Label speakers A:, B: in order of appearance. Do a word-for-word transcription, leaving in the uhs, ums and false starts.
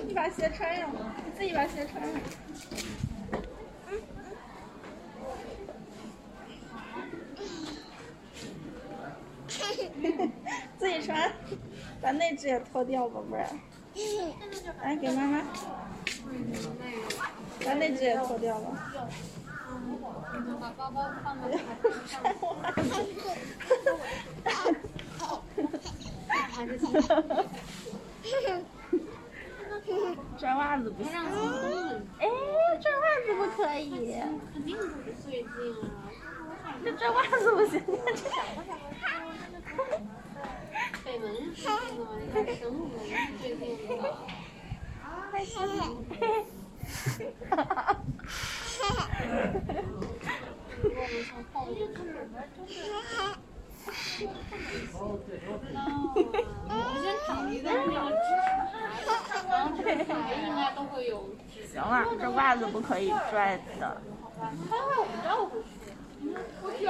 A: 你把鞋穿上，你自己把鞋穿上。自己穿，把那只也脱掉，宝贝儿。来，给妈妈。把那只也脱掉了。
B: 把包包放在
A: 穿袜子不行。哎，穿袜子不可以。
B: 肯定不是最近啊。
A: 这穿袜子不行。
B: 北门是最近的吗？那个神武门是最近的。
A: 开心。
B: 哈哈哈！我们从后面看什么？就是不知道啊。我先找一个那个支持牌，然后这个牌应该都会有。
A: 行了，这袜子不可以拽的。
B: 好吧，待会我们绕回去。